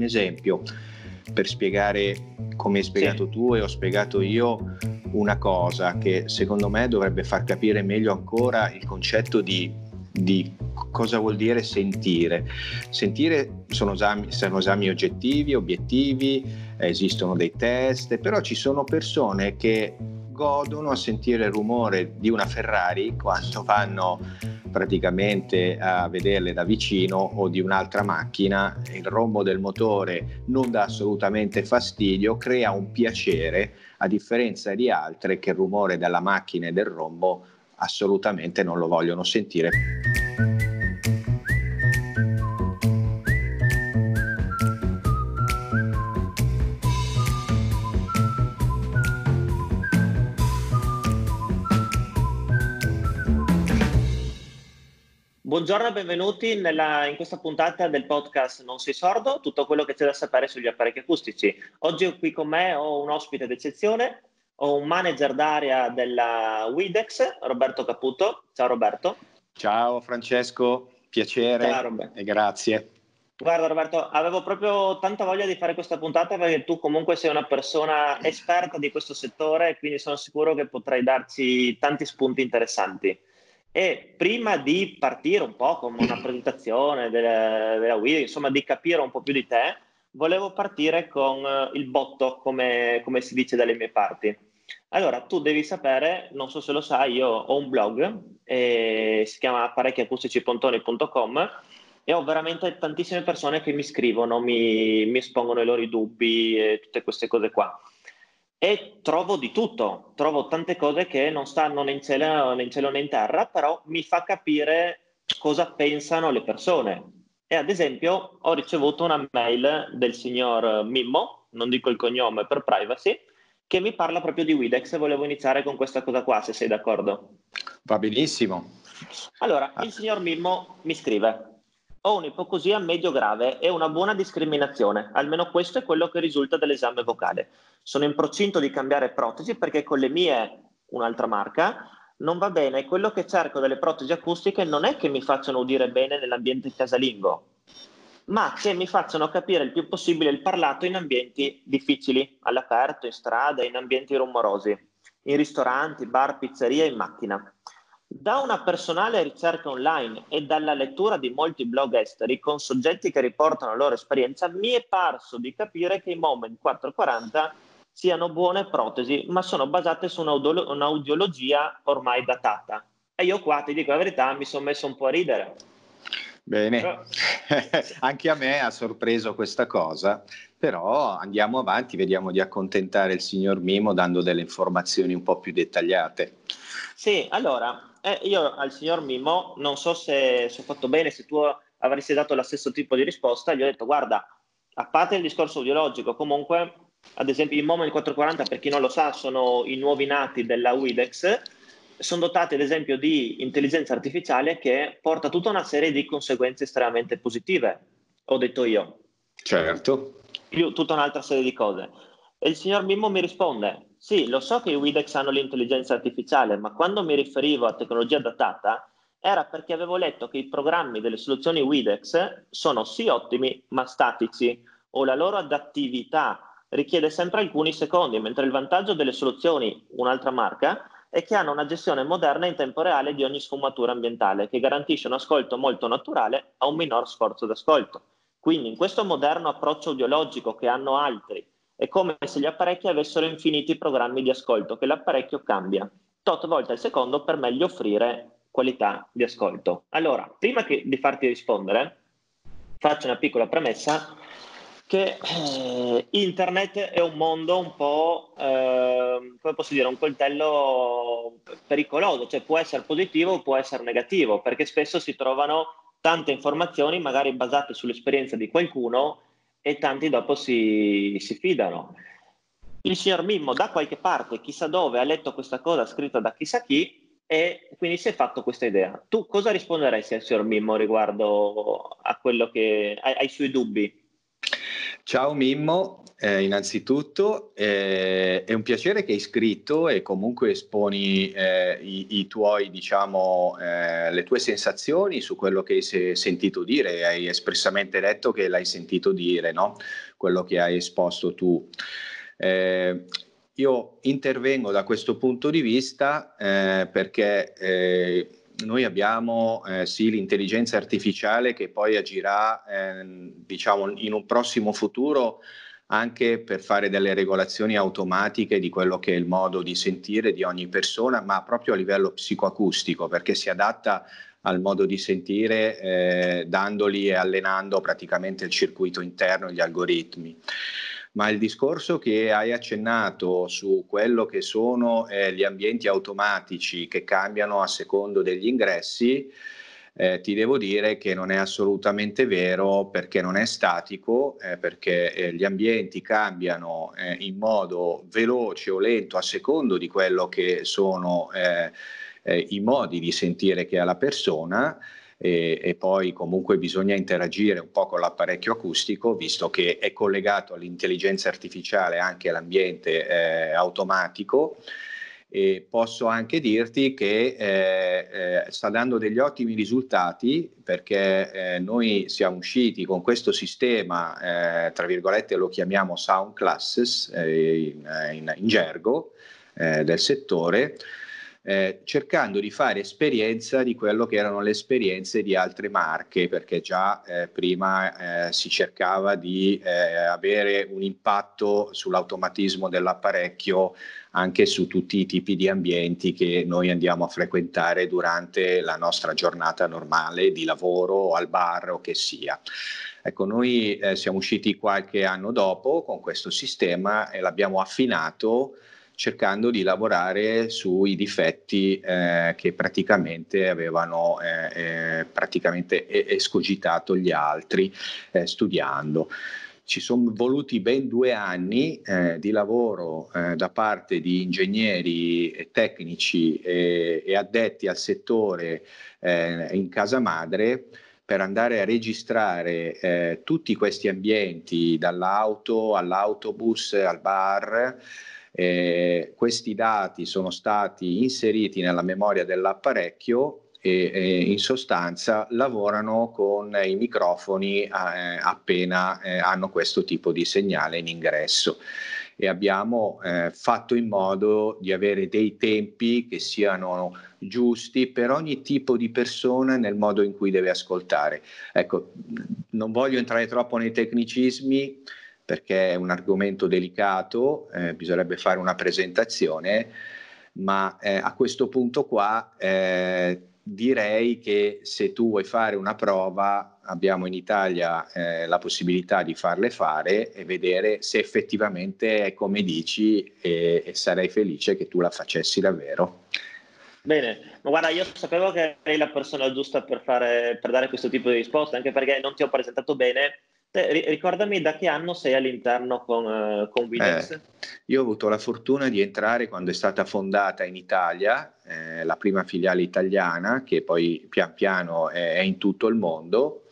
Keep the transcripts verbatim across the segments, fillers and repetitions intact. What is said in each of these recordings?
un esempio per spiegare come hai spiegato Sì. tu e ho spiegato io una cosa che secondo me dovrebbe far capire meglio ancora il concetto di, di cosa vuol dire sentire. Sentire sono esami, sono esami oggettivi, obiettivi, eh, esistono dei test, però ci sono persone che godono a sentire il rumore di una Ferrari quando vanno praticamente a vederle da vicino, o di un'altra macchina. Il rombo del motore non dà assolutamente fastidio, crea un piacere, a differenza di altre che il rumore della macchina e del rombo assolutamente non lo vogliono sentire. Buongiorno e benvenuti nella, in questa puntata del podcast Non sei sordo, tutto quello che c'è da sapere sugli apparecchi acustici. Oggi qui con me ho un ospite d'eccezione, ho un manager d'area della Widex, Roberto Caputo. Ciao Roberto. Ciao Francesco, piacere. Ciao Roberto. E grazie. Guarda Roberto, avevo proprio tanta voglia di fare questa puntata perché tu comunque sei una persona esperta di questo settore e quindi sono sicuro che potrai darci tanti spunti interessanti. E prima di partire un po' con una presentazione della, della Widex, insomma di capire un po' più di te, volevo partire con il botto, come, come si dice dalle mie parti. Allora, tu devi sapere, non so se lo sai, io ho un blog, eh, si chiama apparecchiacustici pontoni punto com, e ho veramente tantissime persone che mi scrivono, mi, mi espongono i loro dubbi e tutte queste cose qua. E trovo di tutto, trovo tante cose che non stanno né in cielo né in, cielo, né in terra, però mi fa capire cosa pensano le persone. E ad esempio ho ricevuto una mail del signor Mimmo, non dico il cognome per privacy, che mi parla proprio di Widex e volevo iniziare con questa cosa qua, se sei d'accordo. Va benissimo. Allora, il signor Mimmo mi scrive: ho un'ipocosia medio grave e una buona discriminazione, almeno questo è quello che risulta dall'esame vocale. Sono in procinto di cambiare protesi perché con le mie, un'altra marca, non va bene. Quello che cerco dalle protesi acustiche non è che mi facciano udire bene nell'ambiente casalingo, ma che mi facciano capire il più possibile il parlato in ambienti difficili, all'aperto, in strada, in ambienti rumorosi, in ristoranti, bar, pizzerie, in macchina. Da una personale ricerca online e dalla lettura di molti blog esteri con soggetti che riportano la loro esperienza, mi è parso di capire che i Moment quattrocentoquaranta siano buone protesi, ma sono basate su un'audiologia ormai datata. E io qua, ti dico la verità, mi sono messo un po' a ridere. Bene, Però, anche a me ha sorpreso questa cosa, però andiamo avanti, vediamo di accontentare il signor Mimo dando delle informazioni un po' più dettagliate. Sì, allora, eh, io al signor Mimo non so se, se ho fatto bene, se tu avresti dato lo stesso tipo di risposta. Gli ho detto: guarda, a parte il discorso audiologico, comunque, ad esempio i Moment quattrocentoquaranta, per chi non lo sa, sono i nuovi nati della Widex, sono dotati ad esempio di intelligenza artificiale che porta tutta una serie di conseguenze estremamente positive, ho detto io. Certo. Più tutta un'altra serie di cose. E il signor Mimmo mi risponde: sì, lo so che i Widex hanno l'intelligenza artificiale, ma quando mi riferivo a tecnologia adattata era perché avevo letto che i programmi delle soluzioni Widex sono sì ottimi, ma statici, o la loro adattività richiede sempre alcuni secondi, mentre il vantaggio delle soluzioni, un'altra marca, è che hanno una gestione moderna in tempo reale di ogni sfumatura ambientale, che garantisce un ascolto molto naturale a un minor sforzo d'ascolto. Quindi in questo moderno approccio audiologico che hanno altri, è come se gli apparecchi avessero infiniti programmi di ascolto che l'apparecchio cambia tot volte al secondo per meglio offrire qualità di ascolto. Allora, prima che, di farti rispondere, faccio una piccola premessa che eh, internet è un mondo un po', eh, come posso dire, un coltello pericoloso, cioè può essere positivo o può essere negativo, perché spesso si trovano tante informazioni magari basate sull'esperienza di qualcuno e tanti dopo si, si fidano. Il signor Mimmo da qualche parte, chissà dove, ha letto questa cosa scritta da chissà chi e quindi si è fatto questa idea. Tu cosa risponderesti al signor Mimmo riguardo a quello che, ai, ai suoi dubbi? Ciao Mimmo, eh, innanzitutto eh, è un piacere che hai scritto e comunque esponi eh, i, i tuoi, diciamo, eh, le tue sensazioni su quello che hai se- sentito dire. Hai espressamente detto che l'hai sentito dire, no? Quello che hai esposto tu. Eh, io intervengo da questo punto di vista eh, perché eh, noi abbiamo eh, sì l'intelligenza artificiale che poi agirà eh, diciamo in un prossimo futuro anche per fare delle regolazioni automatiche di quello che è il modo di sentire di ogni persona, ma proprio a livello psicoacustico, perché si adatta al modo di sentire eh, dandoli e allenando praticamente il circuito interno e gli algoritmi. Ma il discorso che hai accennato su quello che sono eh, gli ambienti automatici che cambiano a secondo degli ingressi, eh, ti devo dire che non è assolutamente vero perché non è statico, eh, perché eh, gli ambienti cambiano eh, in modo veloce o lento a secondo di quello che sono eh, eh, i modi di sentire che ha la persona. E, e poi comunque bisogna interagire un po' con l'apparecchio acustico, visto che è collegato all'intelligenza artificiale anche l'ambiente eh, automatico. E posso anche dirti che eh, eh, sta dando degli ottimi risultati perché eh, noi siamo usciti con questo sistema, eh, tra virgolette lo chiamiamo sound classes eh, in, in, in gergo eh, del settore, eh, cercando di fare esperienza di quello che erano le esperienze di altre marche, perché già eh, prima eh, si cercava di eh, avere un impatto sull'automatismo dell'apparecchio anche su tutti i tipi di ambienti che noi andiamo a frequentare durante la nostra giornata normale di lavoro o al bar o che sia. Ecco, noi eh, siamo usciti qualche anno dopo con questo sistema e l'abbiamo affinato cercando di lavorare sui difetti eh, che praticamente avevano eh, eh, praticamente escogitato gli altri eh, studiando. Ci sono voluti ben due anni eh, di lavoro eh, da parte di ingegneri e tecnici e, e addetti al settore eh, in casa madre per andare a registrare eh, tutti questi ambienti, dall'auto all'autobus al bar. Eh, questi dati sono stati inseriti nella memoria dell'apparecchio e, e in sostanza lavorano con i microfoni eh, appena eh, hanno questo tipo di segnale in ingresso. E abbiamo eh, fatto in modo di avere dei tempi che siano giusti per ogni tipo di persona nel modo in cui deve ascoltare. Ecco, non voglio entrare troppo nei tecnicismi perché è un argomento delicato, eh, bisognerebbe fare una presentazione, ma eh, a questo punto qua eh, direi che se tu vuoi fare una prova abbiamo in Italia eh, la possibilità di farle fare e vedere se effettivamente è come dici e, e sarei felice che tu la facessi davvero. Bene, ma guarda, io sapevo che eri la persona giusta per fare, per dare questo tipo di risposta, anche perché non ti ho presentato bene. Te, ri- ricordami da che anno sei all'interno con, eh, con Eh, Widex? io ho avuto la fortuna di entrare quando è stata fondata in Italia, eh, la prima filiale italiana, che poi pian piano è, è in tutto il mondo,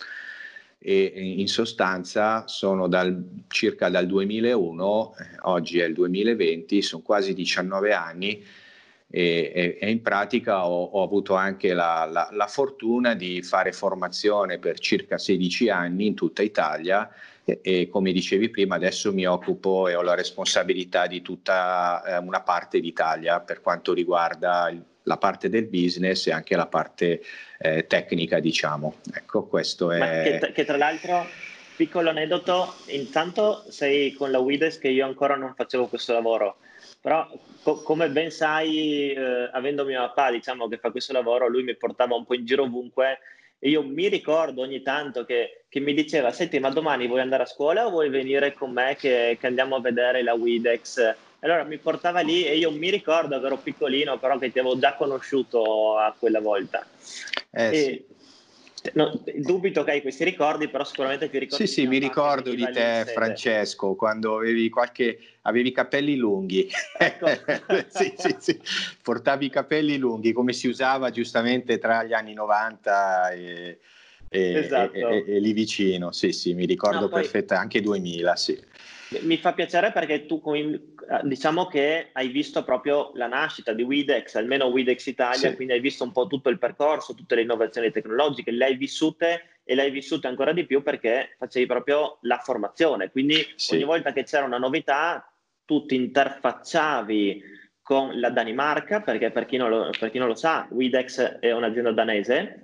e in sostanza sono dal, circa dal duemilauno, eh, oggi è il duemilaventi, sono quasi diciannove anni e, e, e in pratica ho, ho avuto anche la, la, la fortuna di fare formazione per circa sedici anni in tutta Italia e, e come dicevi prima adesso mi occupo e ho la responsabilità di tutta eh, una parte d'Italia per quanto riguarda il, la parte del business e anche la parte eh, tecnica, diciamo. Ecco, questo Ma che, è... che tra l'altro, piccolo aneddoto, intanto sei con la Widex che io ancora non facevo questo lavoro, però co- come ben sai, eh, avendo mio papà, diciamo, che fa questo lavoro, lui mi portava un po' in giro ovunque e io mi ricordo ogni tanto che, che mi diceva, senti, ma domani vuoi andare a scuola o vuoi venire con me che, che andiamo a vedere la Widex? Allora mi portava lì e io mi ricordo che ero piccolino, però che ti avevo già conosciuto a quella volta. Eh sì. E, no, dubito che hai questi ricordi, però sicuramente ti Sì, ricordi sì, mio mi papà che ricordo veniva di lì in te, sede. Francesco, quando avevi qualche, avevi i capelli lunghi. Ecco. Sì, sì, sì, portavi i capelli lunghi, come si usava giustamente tra gli anni novanta e, e, Esatto. e, e, e lì vicino, sì, sì, mi ricordo No, poi perfetta, anche duemila, sì. mi fa piacere perché tu diciamo che hai visto proprio la nascita di Widex, almeno Widex Italia, Sì. quindi hai visto un po' tutto il percorso, tutte le innovazioni tecnologiche, le hai vissute e le hai vissute ancora di più perché facevi proprio la formazione, quindi Sì. ogni volta che c'era una novità tu ti interfacciavi con la Danimarca, perché per chi non lo, per chi non lo sa, Widex è un'azienda danese,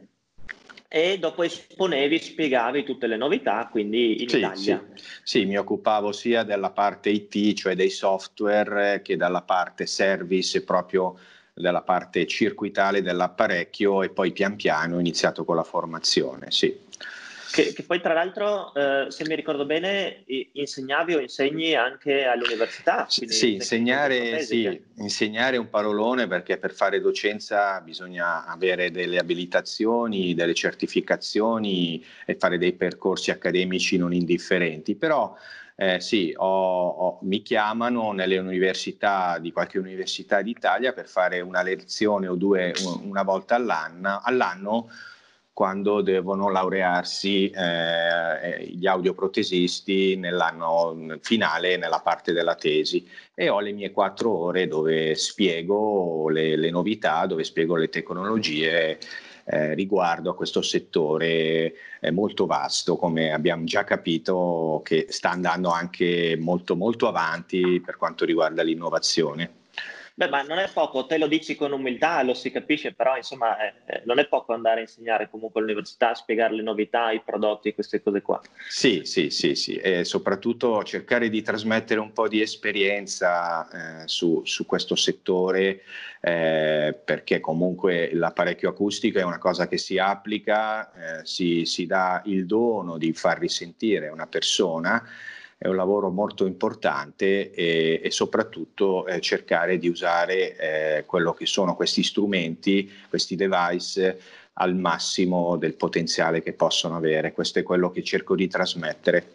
e dopo esponevi, spiegavi tutte le novità, quindi in sì, Italia. Sì. Sì, mi occupavo sia della parte I T, cioè dei software, che dalla parte service, proprio della parte circuitale dell'apparecchio, e poi pian piano ho iniziato con la formazione, sì. Che, che poi tra l'altro, eh, se mi ricordo bene, insegnavi o insegni anche all'università. Sì, insegnare, sì, insegnare è un parolone, perché per fare docenza bisogna avere delle abilitazioni, delle certificazioni e fare dei percorsi accademici non indifferenti, però eh, sì, ho, ho, mi chiamano nelle università, di qualche università d'Italia, per fare una lezione o due una volta all'anno, all'anno quando devono laurearsi eh, gli audioprotesisti nell'anno finale, nella parte della tesi, e ho le mie quattro ore dove spiego le, le novità, dove spiego le tecnologie eh, riguardo a questo settore eh, molto vasto, come abbiamo già capito, che sta andando anche molto molto avanti per quanto riguarda l'innovazione. Beh, ma non è poco, te lo dici con umiltà, lo si capisce, però insomma eh, non è poco andare a insegnare comunque all'università, spiegare le novità, i prodotti, queste cose qua. Sì, sì, sì, sì, e soprattutto cercare di trasmettere un po' di esperienza eh, su, su questo settore, eh, perché comunque l'apparecchio acustico è una cosa che si applica, eh, si, si dà il dono di far risentire una persona. È un lavoro molto importante, e, e soprattutto eh, cercare di usare eh, quello che sono questi strumenti, questi device al massimo del potenziale che possono avere. Questo è quello che cerco di trasmettere.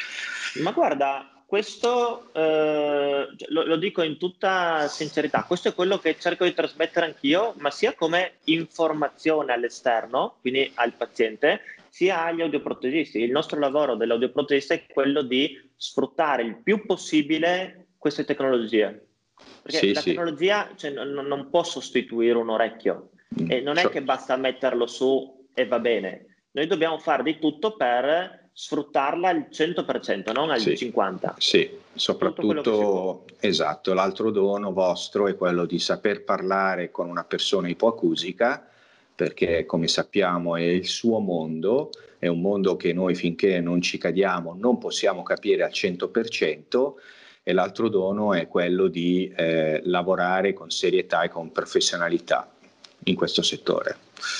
Ma guarda, questo eh, lo, lo dico in tutta sincerità, questo è quello che cerco di trasmettere anch'io, ma sia come informazione all'esterno, quindi al paziente, sia agli audioprotesisti. Il nostro lavoro dell'audioprotesista è quello di sfruttare il più possibile queste tecnologie. Perché Sì, la sì. tecnologia, cioè, non, non può sostituire un orecchio, Mm. e non è che basta metterlo su e va bene. Noi dobbiamo fare di tutto per sfruttarla al cento per cento, non al Sì, cinquanta per cento. sì, Tutto quello che si può. soprattutto, esatto, l'altro dono vostro è quello di saper parlare con una persona ipoacusica, perché come sappiamo è il suo mondo, è un mondo che noi finché non ci cadiamo non possiamo capire al cento per cento, e l'altro dono è quello di eh, lavorare con serietà e con professionalità in questo settore.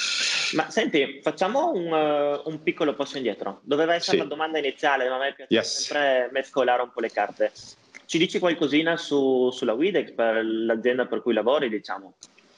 Ma senti, facciamo un, uh, un piccolo passo indietro. Doveva essere Sì. la domanda iniziale, ma a me piace Yes. sempre mescolare un po' le carte. Ci dici qualcosina su, sulla Widex, per l'azienda per cui lavori, diciamo?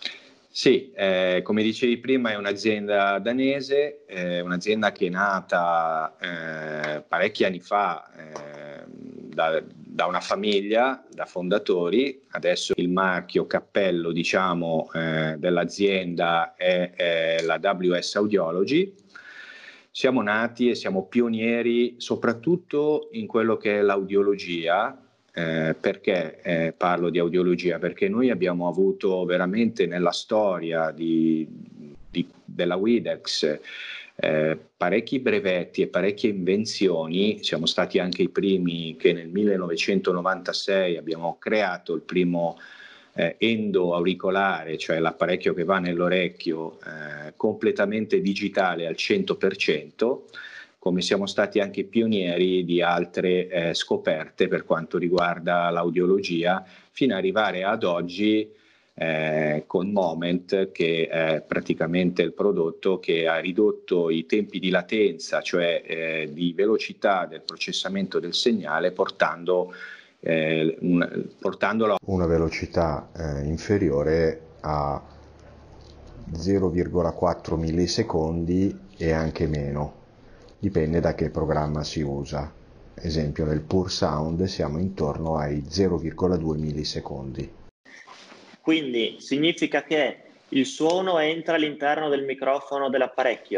Sì, eh, come dicevi prima è un'azienda danese, eh, un'azienda che è nata eh, parecchi anni fa eh, da, da una famiglia, da fondatori. Adesso il marchio cappello, diciamo, eh, dell'azienda è, è la W S Audiology. Siamo nati e siamo pionieri soprattutto in quello che è l'audiologia. Eh, perché eh, parlo di audiologia? Perché noi abbiamo avuto veramente nella storia di, di, della Widex eh, parecchi brevetti e parecchie invenzioni. Siamo stati anche i primi che nel millenovecentonovantasei abbiamo creato il primo eh, endoauricolare, cioè l'apparecchio che va nell'orecchio eh, completamente digitale al cento per cento, come siamo stati anche pionieri di altre eh, scoperte per quanto riguarda l'audiologia, fino ad arrivare ad oggi eh, con Moment, che è praticamente il prodotto che ha ridotto i tempi di latenza, cioè eh, di velocità del processamento del segnale, portando, eh, un, portandolo a una velocità eh, inferiore a zero virgola quattro millisecondi e anche meno. Dipende da che programma si usa. Esempio, nel Pure Sound siamo intorno ai zero virgola due millisecondi. Quindi significa che il suono entra all'interno del microfono dell'apparecchio,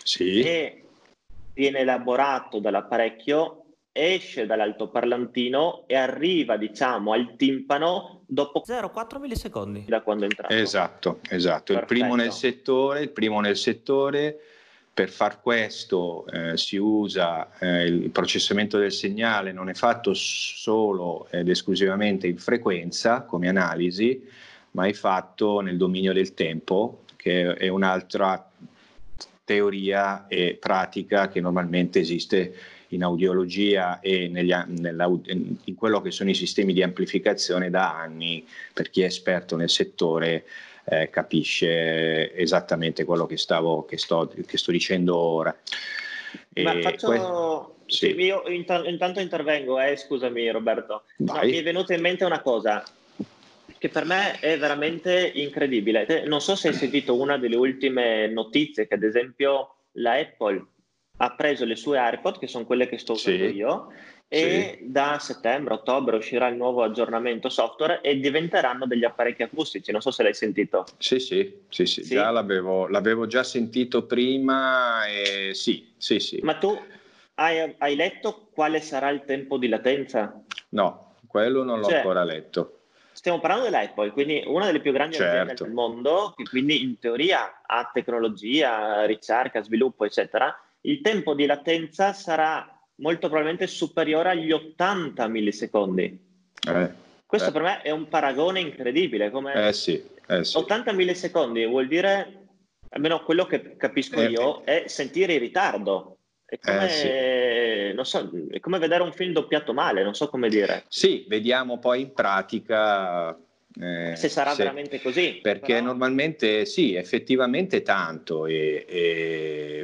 sì. e viene elaborato dall'apparecchio, esce dall'altoparlantino e arriva, diciamo, al timpano dopo zero virgola quattro millisecondi da quando è entrato. Esatto, esatto. Il primo nel settore, il primo nel settore. Per far questo eh, si usa eh, il processamento del segnale, non è fatto solo ed esclusivamente in frequenza come analisi, ma è fatto nel dominio del tempo, che è un'altra teoria e pratica che normalmente esiste in audiologia e negli, in quello che sono i sistemi di amplificazione da anni. Per chi è esperto nel settore eh, capisce esattamente quello che, stavo, che, sto, che sto dicendo ora. Ma faccio... que- sì. Sì, io int- intanto intervengo, eh, scusami Roberto. No, mi è venuta in mente una cosa che per me è veramente incredibile. Non so se hai sentito una delle ultime notizie, che ad esempio la Apple ha preso le sue AirPod, che sono quelle che sto usando sì, io, e sì. da settembre, ottobre uscirà il nuovo aggiornamento software e diventeranno degli apparecchi acustici. Non so se l'hai sentito. Sì, sì, sì, sì. sì? Già l'avevo, l'avevo già sentito prima e sì, sì, sì. Ma tu hai, hai letto quale sarà il tempo di latenza? No, quello non l'ho cioè, ancora letto. Stiamo parlando dell'Apple, quindi una delle più grandi certo. aziende del mondo, che quindi in teoria ha tecnologia, ricerca, sviluppo, eccetera. Il tempo di latenza sarà molto probabilmente superiore agli ottanta millisecondi. Eh, Questo eh. per me è un paragone incredibile. Come eh sì, eh sì. ottanta millisecondi vuol dire, almeno quello che capisco eh, io, è sentire in ritardo. È come, eh sì. non so, è come vedere un film doppiato male, non so come dire. Sì, vediamo poi in pratica eh, se sarà se, veramente così. Perché però... normalmente sì, effettivamente tanto. E, e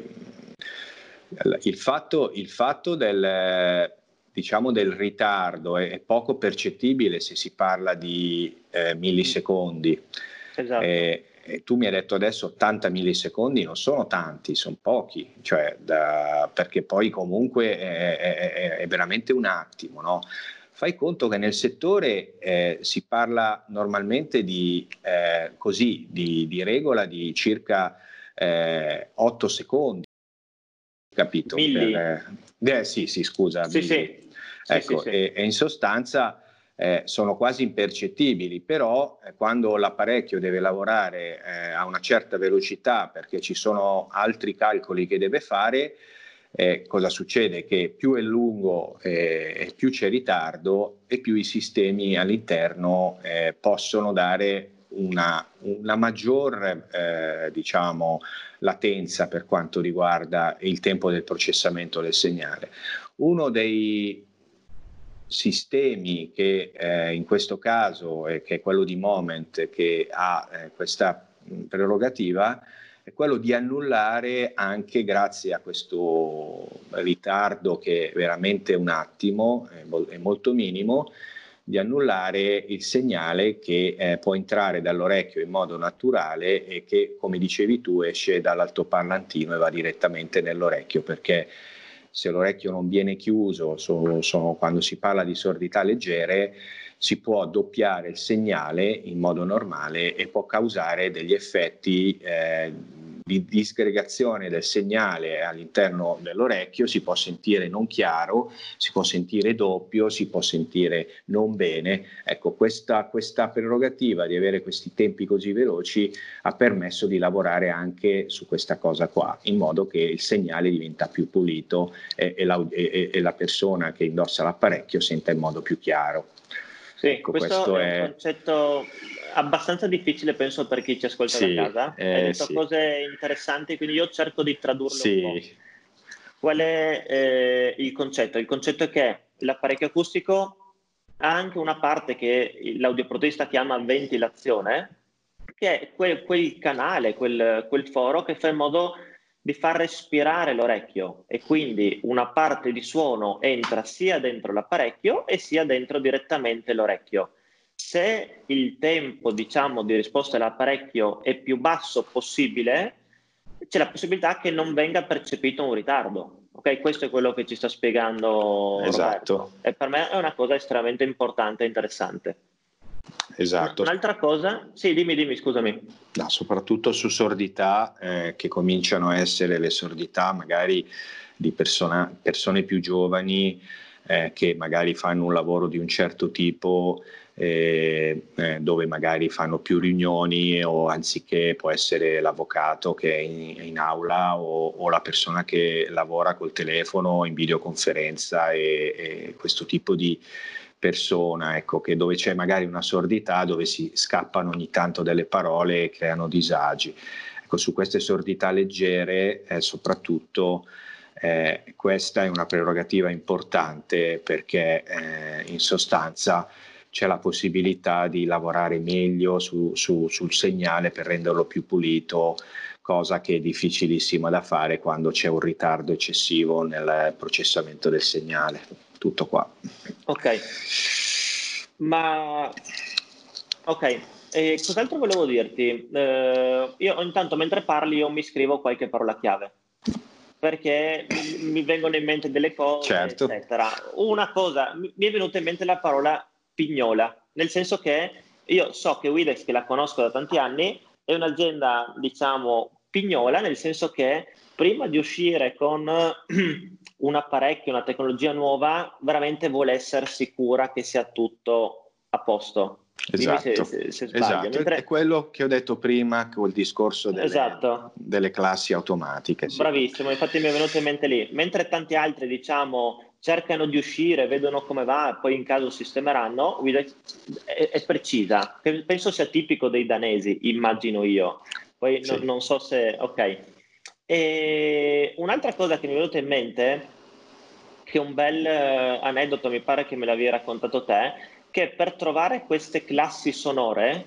il fatto, il fatto del, diciamo, del ritardo è, è poco percettibile se si parla di eh, millisecondi. Esatto. Eh, E tu mi hai detto adesso ottanta millisecondi, non sono tanti, sono pochi, cioè da, perché poi comunque è, è, è veramente un attimo, no? Fai conto che nel settore eh, si parla normalmente di, eh, così, di, di regola di circa eh, otto secondi, capito? Milli. Per, eh, sì, sì, scusa, sì, milli. sì. Ecco, sì, sì, e, e in sostanza eh, sono quasi impercettibili, però eh, quando l'apparecchio deve lavorare eh, a una certa velocità perché ci sono altri calcoli che deve fare, eh, cosa succede? Che più è lungo eh, e più c'è ritardo e più i sistemi all'interno eh, possono dare una, una maggior eh, diciamo, latenza per quanto riguarda il tempo del processamento del segnale. Uno dei sistemi che eh, in questo caso, eh, che è quello di Moment, che ha eh, questa prerogativa, è quello di annullare, anche grazie a questo ritardo che è veramente un attimo, è molto minimo, di annullare il segnale che eh, può entrare dall'orecchio in modo naturale e che, come dicevi tu, esce dall'altoparlantino e va direttamente nell'orecchio, perché se l'orecchio non viene chiuso, sono, sono, quando si parla di sordità leggere, si può doppiare il segnale in modo normale e può causare degli effetti eh, di disgregazione del segnale all'interno dell'orecchio. Si può sentire non chiaro, si può sentire doppio, si può sentire non bene. Ecco, questa, questa prerogativa di avere questi tempi così veloci ha permesso di lavorare anche su questa cosa qua, in modo che il segnale diventa più pulito e, e, la, e, e la persona che indossa l'apparecchio senta in modo più chiaro. Sì, ecco, questo, questo è un concetto abbastanza difficile, penso, per chi ci ascolta sì, da casa. Eh, Hai detto sì. cose interessanti, quindi io cerco di tradurle sì. un po'. Qual è eh, il concetto? Il concetto è che l'apparecchio acustico ha anche una parte che l'audioprotista chiama ventilazione, che è quel, quel canale, quel, quel foro che fa in modo di far respirare l'orecchio, e quindi una parte di suono entra sia dentro l'apparecchio e sia dentro direttamente l'orecchio. Se il tempo, diciamo, di risposta dell'apparecchio è più basso possibile, c'è la possibilità che non venga percepito un ritardo. Ok, questo è quello che ci sta spiegando esatto. Roberto. E per me è una cosa estremamente importante e interessante. esatto. Un'altra cosa, sì, dimmi, dimmi, scusami. No, soprattutto su sordità eh, che cominciano a essere le sordità magari di persona, persone più giovani eh, che magari fanno un lavoro di un certo tipo eh, eh, dove magari fanno più riunioni, o anziché può essere l'avvocato che è in, in aula o, o la persona che lavora col telefono in videoconferenza e, e questo tipo di persona, ecco, che dove c'è magari una sordità, dove si scappano ogni tanto delle parole e creano disagi. Ecco, su queste sordità leggere eh, soprattutto eh, questa è una prerogativa importante, perché eh, in sostanza c'è la possibilità di lavorare meglio su, su, sul segnale per renderlo più pulito, cosa che è difficilissima da fare quando c'è un ritardo eccessivo nel processamento del segnale. Tutto qua. Ok, ma ok, e cos'altro volevo dirti? Eh, io intanto mentre parli io mi scrivo qualche parola chiave, perché mi, mi vengono in mente delle cose, Certo. eccetera. Una cosa, mi mi è venuta in mente la parola pignola, nel senso che io so che Widex, che la conosco da tanti anni, è un'azienda, diciamo, pignola, nel senso che prima di uscire con un apparecchio, una tecnologia nuova, veramente vuole essere sicura che sia tutto a posto. Dimmi se, Esatto, se, se sbaglio. esatto. Mentre... È quello che ho detto prima con il discorso delle, Esatto. delle classi automatiche. Sì. Bravissimo, infatti mi è venuto in mente lì. Mentre tanti altri, diciamo, cercano di uscire, vedono come va, poi in caso sistemeranno, Widex è, è precisa. Penso sia tipico dei danesi, immagino io. Poi no, Sì. non so se... Ok. E un'altra cosa che mi è venuta in mente, che è un bel eh, aneddoto, mi pare che me l'avevi raccontato te, che per trovare queste classi sonore,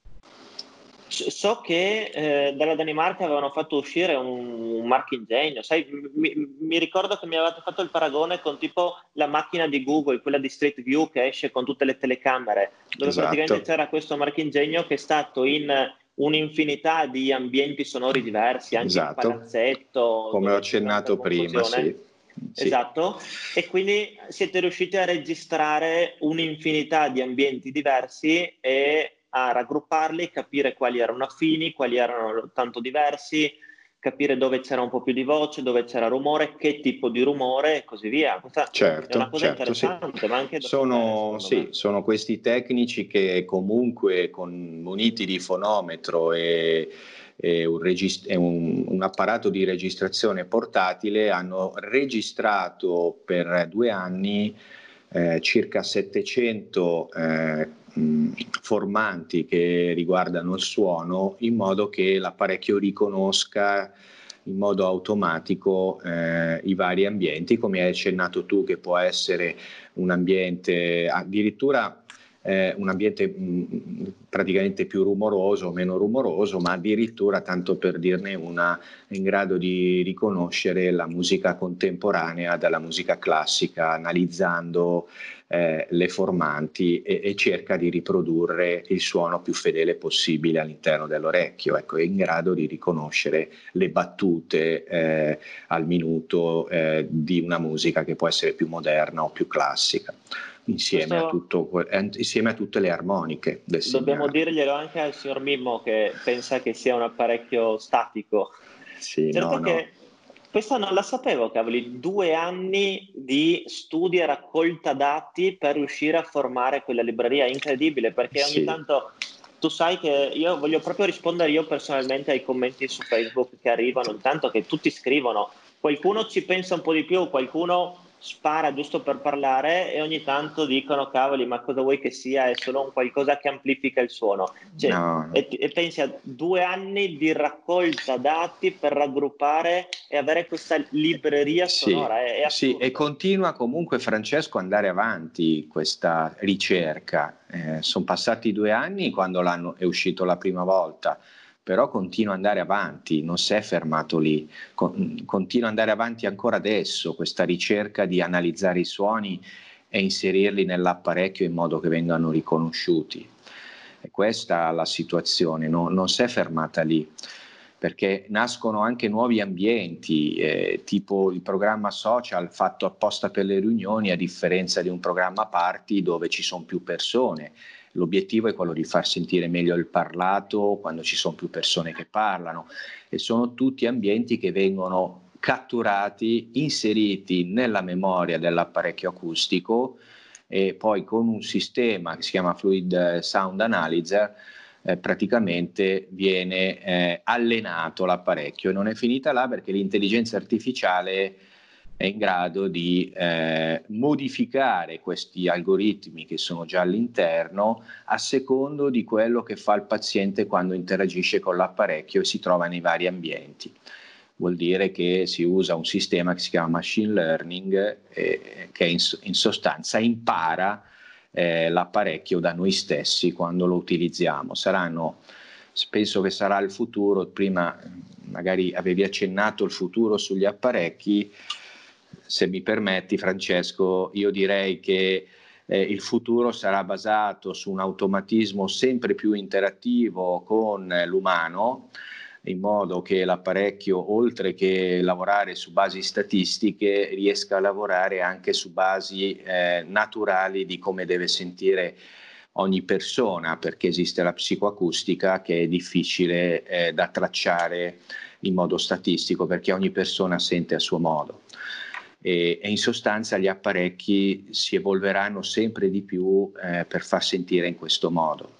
so che eh, dalla Danimarca avevano fatto uscire un, un marchingegno, sai, mi, mi ricordo che mi avevate fatto il paragone con tipo la macchina di Google, quella di Street View che esce con tutte le telecamere, dove Esatto. praticamente c'era questo marchingegno che è stato in un'infinità di ambienti sonori diversi, anche in Esatto. palazzetto, Come ho dove c'è tanta accennato prima, confusione. sì. Sì. Esatto, e quindi siete riusciti a registrare un'infinità di ambienti diversi e a raggrupparli, capire quali erano affini, quali erano tanto diversi, capire dove c'era un po' più di voce, dove c'era rumore, che tipo di rumore e così via. Questa Certo, è una cosa certo, sì. interessante, ma anche da sapere, Sono, secondo sì, me. sono questi tecnici che comunque con muniti di fonometro e, e un, regist- e un, un apparato di registrazione portatile hanno registrato per due anni eh, circa settecento eh, mh, formanti che riguardano il suono, in modo che l'apparecchio riconosca in modo automatico eh, i vari ambienti, come hai accennato tu, che può essere un ambiente addirittura eh, un ambiente mh, praticamente più rumoroso o meno rumoroso, ma addirittura, tanto per dirne una, è in grado di riconoscere la musica contemporanea dalla musica classica, analizzando eh, le formanti e, e cerca di riprodurre il suono più fedele possibile all'interno dell'orecchio. Ecco, è in grado di riconoscere le battute eh, al minuto eh, di una musica che può essere più moderna o più classica, insieme, Questo a, tutto, eh, insieme a tutte le armoniche del dobbiamo segnale. dirglielo anche al signor Mimmo, che pensa che sia un apparecchio statico. Sì, Certo no, no. che questa non la sapevo, cavoli, due anni di studi e raccolta dati per riuscire a formare quella libreria, incredibile, perché ogni Sì. tanto tu sai che io voglio proprio rispondere io personalmente ai commenti su Facebook che arrivano, intanto che tutti scrivono, qualcuno ci pensa un po' di più, qualcuno spara giusto per parlare e ogni tanto dicono cavoli, ma cosa vuoi che sia? È solo un qualcosa che amplifica il suono. Cioè, No, no. e, e pensi a due anni di raccolta dati per raggruppare e avere questa libreria sonora, Sì, è, è sì, e assurdo. continua comunque, Francesco, ad andare avanti questa ricerca. Eh, sono passati due anni quando l'anno è uscito la prima volta, però continua ad andare avanti, non si è fermato lì, Con, continua ad andare avanti ancora adesso questa ricerca di analizzare i suoni e inserirli nell'apparecchio in modo che vengano riconosciuti. E questa è la situazione, no? Non si è fermata lì. perché nascono anche nuovi ambienti, eh, tipo il programma social fatto apposta per le riunioni, a differenza di un programma party dove ci sono più persone. L'obiettivo è quello di far sentire meglio il parlato quando ci sono più persone che parlano, e sono tutti ambienti che vengono catturati, inseriti nella memoria dell'apparecchio acustico, e poi con un sistema che si chiama Fluid Sound Analyzer eh, praticamente viene eh, allenato l'apparecchio. E non è finita là, perché l'intelligenza artificiale è in grado di eh, modificare questi algoritmi che sono già all'interno a secondo di quello che fa il paziente quando interagisce con l'apparecchio e si trova nei vari ambienti. Vuol dire che si usa un sistema che si chiama machine learning, eh, che in, in sostanza impara eh, l'apparecchio da noi stessi quando lo utilizziamo. Saranno, penso che sarà il futuro. Prima magari avevi accennato il futuro sugli apparecchi. Se mi permetti, Francesco, io direi che eh, il futuro sarà basato su un automatismo sempre più interattivo con eh, l'umano, in modo che l'apparecchio, oltre che lavorare su basi statistiche, riesca a lavorare anche su basi eh, naturali di come deve sentire ogni persona, perché esiste la psicoacustica che è difficile eh, da tracciare in modo statistico, perché ogni persona sente a suo modo. E, e in sostanza gli apparecchi si evolveranno sempre di più eh, per far sentire in questo modo,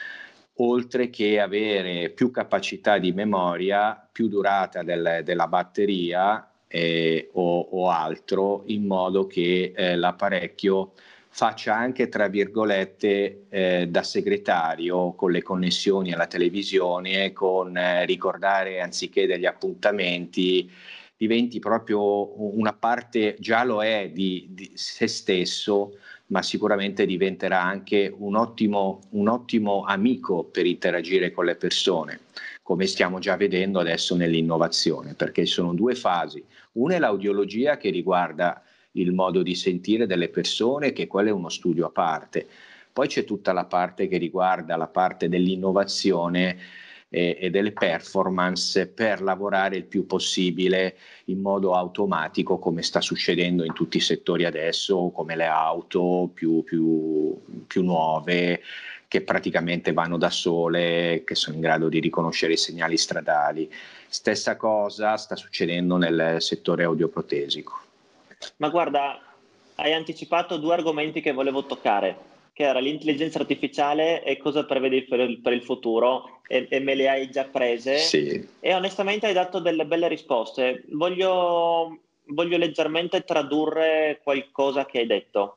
oltre che avere più capacità di memoria, più durata del, della batteria eh, o, o altro, in modo che eh, l'apparecchio faccia anche, tra virgolette, eh, da segretario con le connessioni alla televisione, con eh, ricordare anziché degli appuntamenti, diventi proprio una parte, già lo è, di, di se stesso, ma sicuramente diventerà anche un ottimo, un ottimo amico per interagire con le persone, come stiamo già vedendo adesso nell'innovazione, perché sono due fasi. Una è l'audiologia, che riguarda il modo di sentire delle persone, che quello è uno studio a parte. Poi c'è tutta la parte che riguarda la parte dell'innovazione e, e delle performance, per lavorare il più possibile in modo automatico, come sta succedendo in tutti i settori adesso, come le auto più, più, più nuove, che praticamente vanno da sole, che sono in grado di riconoscere i segnali stradali. Stessa cosa sta succedendo nel settore audioprotesico. Ma guarda, hai anticipato due argomenti che volevo toccare, che era l'intelligenza artificiale e cosa prevedi per il, per il futuro, e, e me le hai già prese. Sì. E onestamente hai dato delle belle risposte. Voglio, voglio leggermente tradurre qualcosa che hai detto.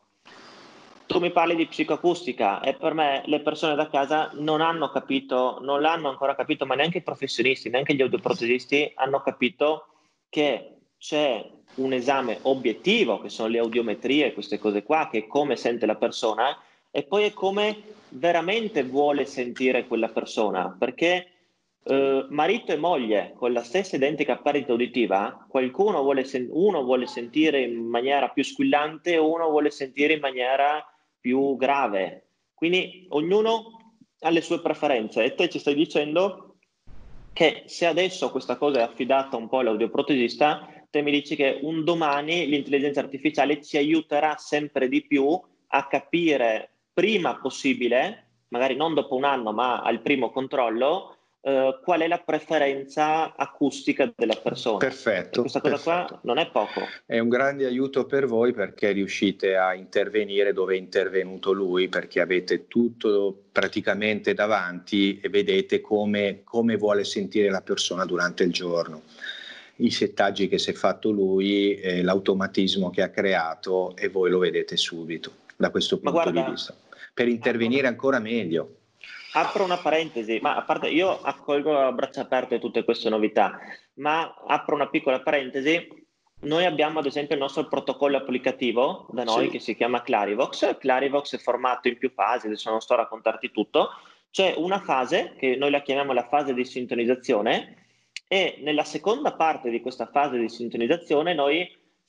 Tu mi parli di psicoacustica, e per me le persone da casa non hanno capito, non l'hanno ancora capito, ma neanche i professionisti, neanche gli audioprotesisti hanno capito che c'è un esame obiettivo, che sono le audiometrie, queste cose qua, che è come sente la persona, e poi è come veramente vuole sentire quella persona, perché eh, marito e moglie con la stessa identica perdita uditiva, qualcuno vuole sen- uno vuole sentire in maniera più squillante, uno vuole sentire in maniera più grave. Quindi ognuno ha le sue preferenze, e te ci stai dicendo che se adesso questa cosa è affidata un po' all'audioprotesista, te mi dici che un domani l'intelligenza artificiale ci aiuterà sempre di più a capire prima possibile, magari non dopo un anno, ma al primo controllo, eh, qual è la preferenza acustica della persona. Perfetto. E questa cosa perfetto. qua non è poco. È un grande aiuto per voi, perché riuscite a intervenire dove è intervenuto lui, perché avete tutto praticamente davanti e vedete come, come vuole sentire la persona durante il giorno. I settaggi che si è fatto lui, eh, l'automatismo che ha creato, e voi lo vedete subito da questo punto Ma guarda, di vista, per intervenire ancora meglio. Apro una parentesi, ma a parte io accolgo a braccia aperte tutte queste novità, ma apro una piccola parentesi. Noi abbiamo ad esempio il nostro protocollo applicativo da noi, Sì. che si chiama Clarivox. Clarivox è formato in più fasi, adesso non sto a raccontarti tutto. C'è una fase che noi la chiamiamo la fase di sintonizzazione, e nella seconda parte di questa fase di sintonizzazione noi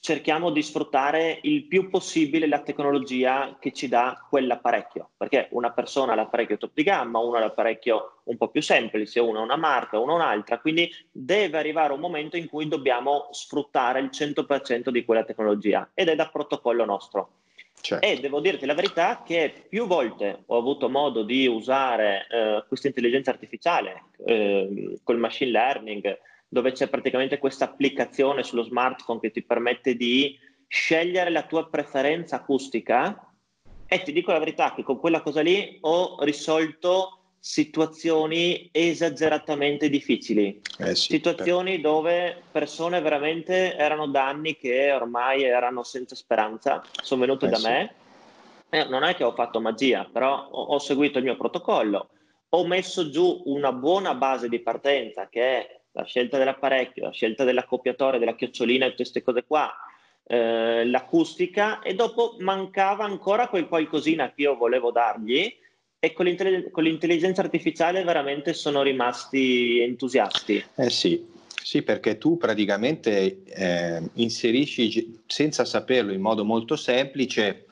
cerchiamo di sfruttare il più possibile la tecnologia che ci dà quell'apparecchio, perché una persona ha l'apparecchio top di gamma, uno ha l'apparecchio un po' più semplice, uno ha una marca, uno un'altra, quindi deve arrivare un momento in cui dobbiamo sfruttare il cento per cento di quella tecnologia, ed è da protocollo nostro. Certo. E devo dirti la verità che più volte ho avuto modo di usare eh, questa intelligenza artificiale eh, col machine learning, dove c'è praticamente questa applicazione sullo smartphone che ti permette di scegliere la tua preferenza acustica, e ti dico la verità che con quella cosa lì ho risolto situazioni esageratamente difficili, Eh sì, situazioni per... dove persone veramente erano da anni che ormai erano senza speranza, sono venute eh da sì. me. Eh, non è che ho fatto magia, però ho, ho seguito il mio protocollo, ho messo giù una buona base di partenza, che è la scelta dell'apparecchio, la scelta dell'accoppiatore, della chiocciolina e tutte queste cose qua, eh, l'acustica, e dopo mancava ancora quel qualcosina che io volevo dargli, e con, l'intelli- con l'intelligenza artificiale veramente sono rimasti entusiasti. Eh sì, sì, perché tu praticamente eh, inserisci, senza saperlo, in modo molto semplice,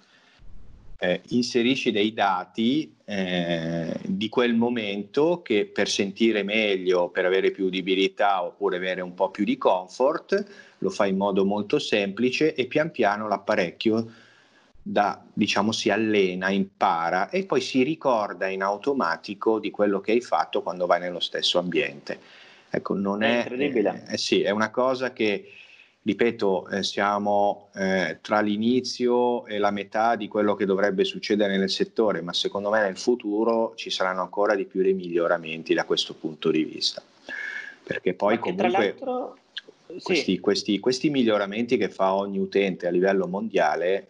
eh, inserisci dei dati eh, di quel momento, che per sentire meglio, per avere più udibilità oppure avere un po' più di comfort, lo fai in modo molto semplice, e pian piano l'apparecchio da, diciamo, si allena, impara e poi si ricorda in automatico di quello che hai fatto quando vai nello stesso ambiente. Ecco, non È è, incredibile. eh, eh sì, è una cosa che, ripeto, eh, siamo eh, tra l'inizio e la metà di quello che dovrebbe succedere nel settore, ma secondo me nel futuro ci saranno ancora di più dei miglioramenti da questo punto di vista, perché poi Ma che tra comunque l'altro, questi, sì, questi, questi miglioramenti che fa ogni utente a livello mondiale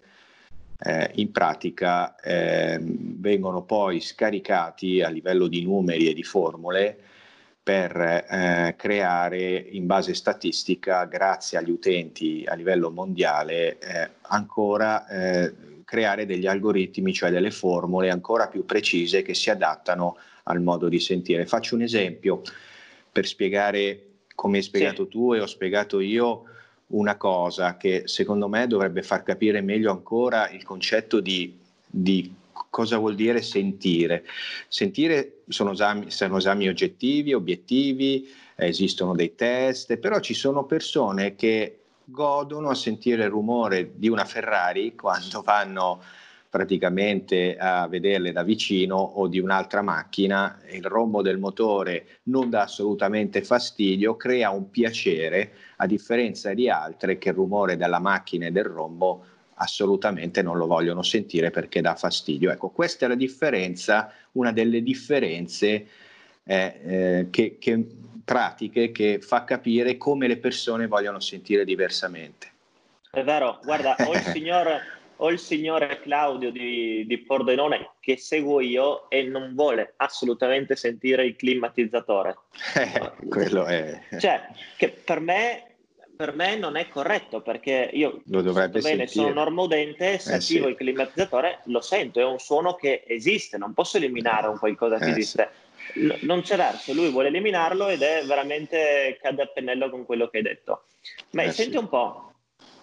eh, in pratica eh, vengono poi scaricati a livello di numeri e di formule per eh, creare in base statistica, grazie agli utenti a livello mondiale, eh, ancora eh, creare degli algoritmi, cioè delle formule ancora più precise che si adattano al modo di sentire. Faccio un esempio per spiegare come hai spiegato sì. tu e ho spiegato io una cosa che secondo me dovrebbe far capire meglio ancora il concetto di, di cosa vuol dire sentire. Sentire sono esami, sono esami oggettivi, obiettivi, eh, esistono dei test, però ci sono persone che godono a sentire il rumore di una Ferrari quando vanno praticamente a vederle da vicino, o di un'altra macchina. Il rombo del motore non dà assolutamente fastidio, crea un piacere, a differenza di altre che il rumore della macchina e del rombo assolutamente non lo vogliono sentire perché dà fastidio. Ecco, questa è la differenza, una delle differenze eh, eh, che, che, pratiche, che fa capire come le persone vogliono sentire diversamente. È vero, guarda, ho il signor, ho il signore Claudio di, di Pordenone che seguo io e non vuole assolutamente sentire il climatizzatore. Eh, quello è... Cioè, che per me, per me non è corretto, perché io Lo sento dovrebbe bene, sono sentire. normoudente, se Eh attivo sì, il climatizzatore lo sento, è un suono che esiste, non posso eliminare un qualcosa che eh sì, esiste. N- non c'è verso, lui vuole eliminarlo ed è veramente cade a pennello con quello che hai detto. Ma eh senti sì. un po',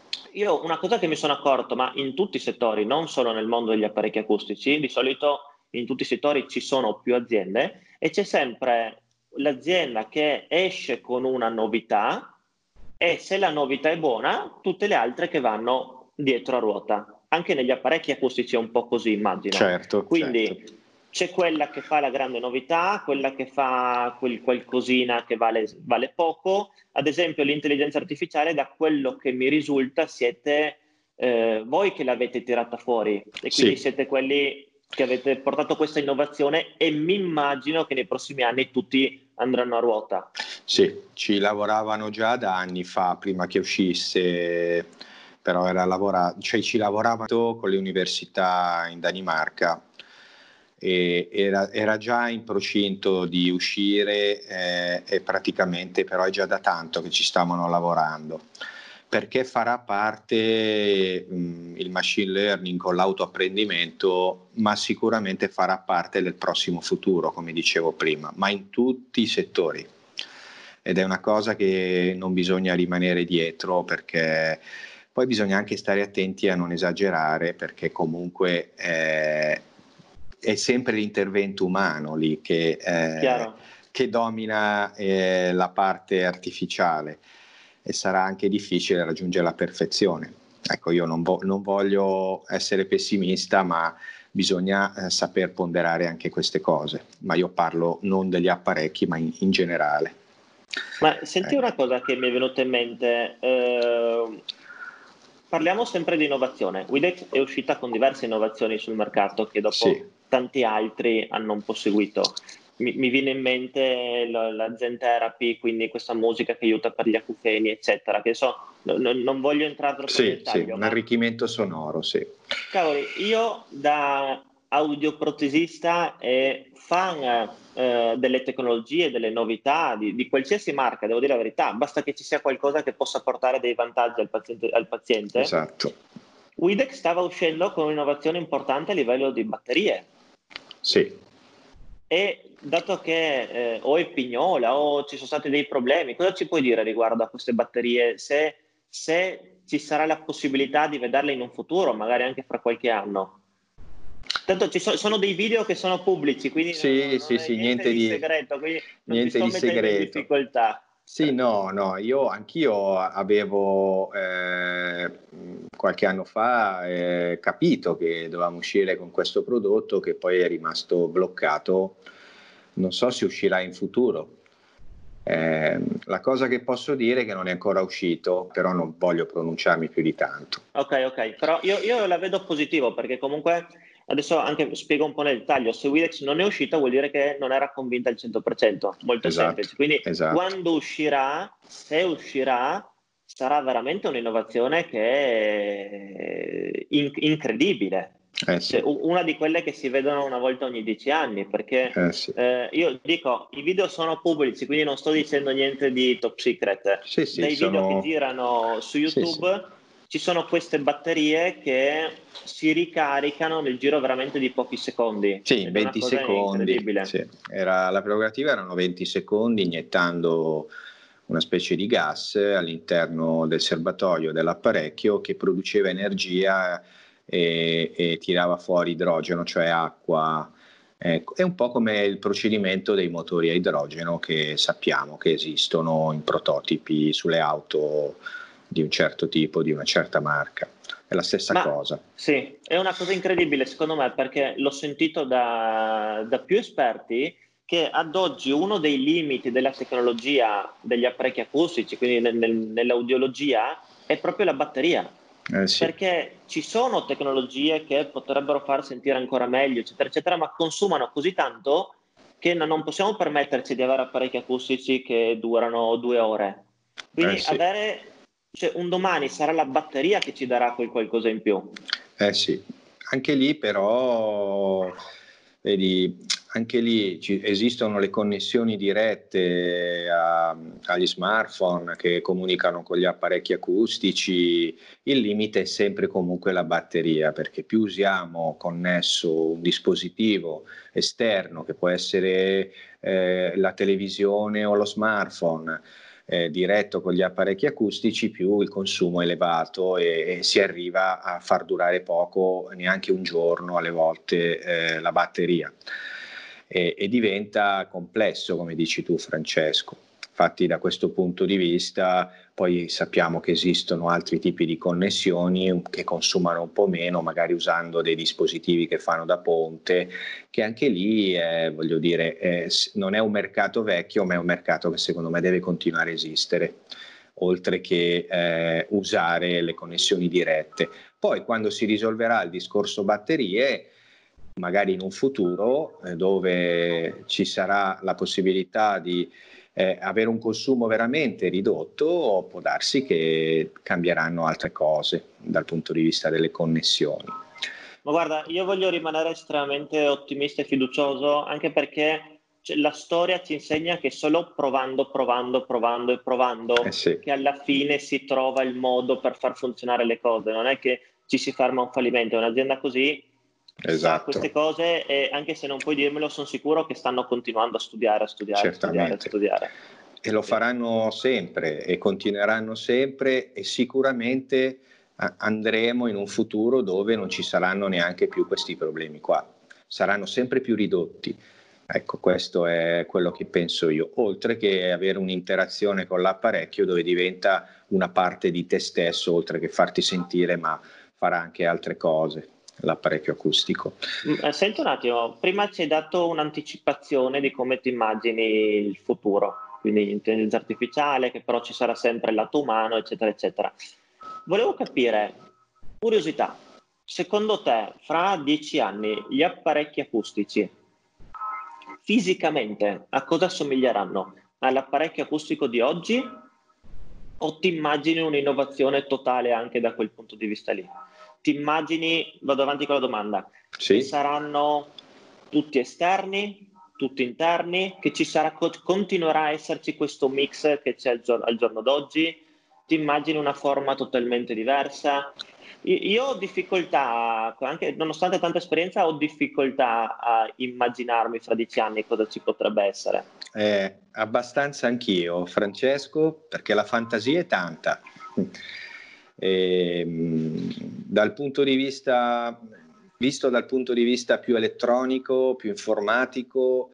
io una cosa che mi sono accorto, ma in tutti i settori, non solo nel mondo degli apparecchi acustici, di solito in tutti i settori ci sono più aziende e c'è sempre l'azienda che esce con una novità, e se la novità è buona, tutte le altre che vanno dietro a ruota. Anche negli apparecchi acustici è un po' così, immagino. Certo, certo. Quindi c'è quella che fa la grande novità, quella che fa quel qualcosina che vale, vale poco. Ad esempio, l'intelligenza artificiale, da quello che mi risulta, siete eh, voi che l'avete tirata fuori, e quindi Sì, siete quelli che avete portato questa innovazione, e mi immagino che nei prossimi anni tutti andranno a ruota. sì, ci lavoravano già da anni fa, prima che uscisse, però era lavora- cioè, ci lavoravano con le università in Danimarca, e era, era già in procinto di uscire, eh, e praticamente però è già da tanto che ci stavano lavorando, perché farà parte mh, il machine learning con l'autoapprendimento, ma sicuramente farà parte del prossimo futuro, come dicevo prima, ma in tutti i settori. Ed è una cosa che non bisogna rimanere dietro, perché Poi bisogna anche stare attenti a non esagerare, perché comunque eh, è sempre l'intervento umano lì che, eh, che domina eh, la parte artificiale, e sarà anche difficile raggiungere la perfezione. Ecco, io non, vo- non voglio essere pessimista, ma bisogna eh, saper ponderare anche queste cose. Ma io parlo non degli apparecchi, ma in, in generale. Ma senti eh. una cosa che mi è venuta in mente, eh, parliamo sempre di innovazione. Widex è uscita con diverse innovazioni sul mercato che dopo Sì. tanti altri hanno un po' seguito. Mi, mi viene in mente la, la Zen Therapy, quindi questa musica che aiuta per gli acufeni, eccetera. Che so, no, no, non voglio entrare troppo sì, nel dettaglio. Sì, un ma, arricchimento sonoro, sì. Cavoli, io da audioprotesista e fan eh, delle tecnologie, delle novità, di, di qualsiasi marca, devo dire la verità, basta che ci sia qualcosa che possa portare dei vantaggi al paziente. Al paziente. Esatto. Widex stava uscendo con un'innovazione importante a livello di batterie. Sì. E dato che eh, o è pignola o ci sono stati dei problemi, cosa ci puoi dire riguardo a queste batterie? Se, se ci sarà la possibilità di vederle in un futuro, magari anche fra qualche anno? Tanto ci so, sono dei video che sono pubblici, quindi sì, non, non sì, è sì, niente, niente di di, segreto, quindi non ti niente sto di mettendo in segreto. difficoltà. Sì, no, no, io anch'io avevo eh, qualche anno fa eh, capito che dovevamo uscire con questo prodotto, che poi è rimasto bloccato. Non so se uscirà in futuro. Eh, la cosa che posso dire è che non è ancora uscito, però non voglio pronunciarmi più di tanto. Ok, ok, però io, io la vedo positivo, perché comunque adesso anche spiego un po' nel dettaglio. Se Widex non è uscita vuol dire che non era convinta al cento per cento, molto Esatto, semplice. Quindi esatto. quando uscirà, se uscirà, sarà veramente un'innovazione che è in- incredibile. Eh sì. Cioè, u- una di quelle che si vedono una volta ogni dieci anni, perché Eh sì. eh, io dico, i video sono pubblici, quindi non sto dicendo niente di top secret. Sì, sì, Dai video sono... che girano su Sì, YouTube sì. ci sono queste batterie che si ricaricano nel giro veramente di pochi secondi. Sì, in Ed è una venti cosa secondi. incredibile. Sì. Era, la prerogativa erano venti secondi, iniettando una specie di gas all'interno del serbatoio dell'apparecchio che produceva energia e, e tirava fuori idrogeno, cioè acqua. Ecco, è un po' come il procedimento dei motori a idrogeno che sappiamo che esistono in prototipi sulle auto di un certo tipo, di una certa marca. È la stessa Ma cosa. sì, è una cosa incredibile secondo me, perché l'ho sentito da, da più esperti che ad oggi uno dei limiti della tecnologia degli apparecchi acustici, quindi nel- nel- nell'audiologia, è proprio la batteria. Eh sì. Perché ci sono tecnologie che potrebbero far sentire ancora meglio, eccetera, eccetera, ma consumano così tanto che non non possiamo permetterci di avere apparecchi acustici che durano due ore. Quindi Eh sì. avere, cioè, un domani sarà la batteria che ci darà quel qualcosa in più. Eh sì, anche lì però, vedi, anche lì ci, esistono le connessioni dirette a- agli smartphone che comunicano con gli apparecchi acustici. Il limite è sempre comunque la batteria, perché più usiamo connesso un dispositivo esterno, che può essere eh, la televisione o lo smartphone, Eh, diretto con gli apparecchi acustici, più il consumo è elevato e, e si arriva a far durare poco, neanche un giorno alle volte, eh, la batteria, e, e diventa complesso, come dici tu Francesco. Infatti da questo punto di vista poi sappiamo che esistono altri tipi di connessioni che consumano un po' meno, magari usando dei dispositivi che fanno da ponte, che anche lì, eh, voglio dire, eh, non è un mercato vecchio, ma è un mercato che secondo me deve continuare a esistere, oltre che eh, usare le connessioni dirette. Poi quando si risolverà il discorso batterie, magari in un futuro eh, dove ci sarà la possibilità di eh, avere un consumo veramente ridotto, può darsi che cambieranno altre cose dal punto di vista delle connessioni. Ma guarda, io voglio rimanere estremamente ottimista e fiducioso, anche perché cioè, la storia ci insegna che solo provando, provando, provando e provando, Eh sì. che alla fine si trova il modo per far funzionare le cose. Non è che ci si ferma a un fallimento. Un'azienda così sa Esatto. queste cose, e anche se non puoi dirmelo, sono sicuro che stanno continuando a studiare, a studiare, a studiare, a Certamente. studiare. E lo faranno sempre e continueranno sempre, e sicuramente andremo in un futuro dove non ci saranno neanche più questi problemi qua, saranno sempre più ridotti. Ecco, questo è quello che penso io, oltre che avere un'interazione con l'apparecchio dove diventa una parte di te stesso, oltre che farti sentire, ma farà anche altre cose, l'apparecchio acustico. Senti un attimo, prima ci hai dato un'anticipazione di come ti immagini il futuro, quindi intelligenza artificiale, che però ci sarà sempre il lato umano, eccetera, eccetera. Volevo capire, curiosità, secondo te, fra dieci anni, gli apparecchi acustici fisicamente a cosa assomiglieranno? All'apparecchio acustico di oggi? O ti immagini un'innovazione totale anche da quel punto di vista lì? Ti immagini, vado avanti con la domanda, sì. Che saranno tutti esterni, tutti interni, che ci sarà, continuerà a esserci questo mix che c'è al giorno, al giorno d'oggi? Ti immagini una forma totalmente diversa? Io ho difficoltà, anche nonostante tanta esperienza, ho difficoltà a immaginarmi fra dieci anni cosa ci potrebbe essere. Eh, abbastanza anch'io, Francesco, perché la fantasia è tanta. E, dal punto di vista, visto dal punto di vista più elettronico, più informatico,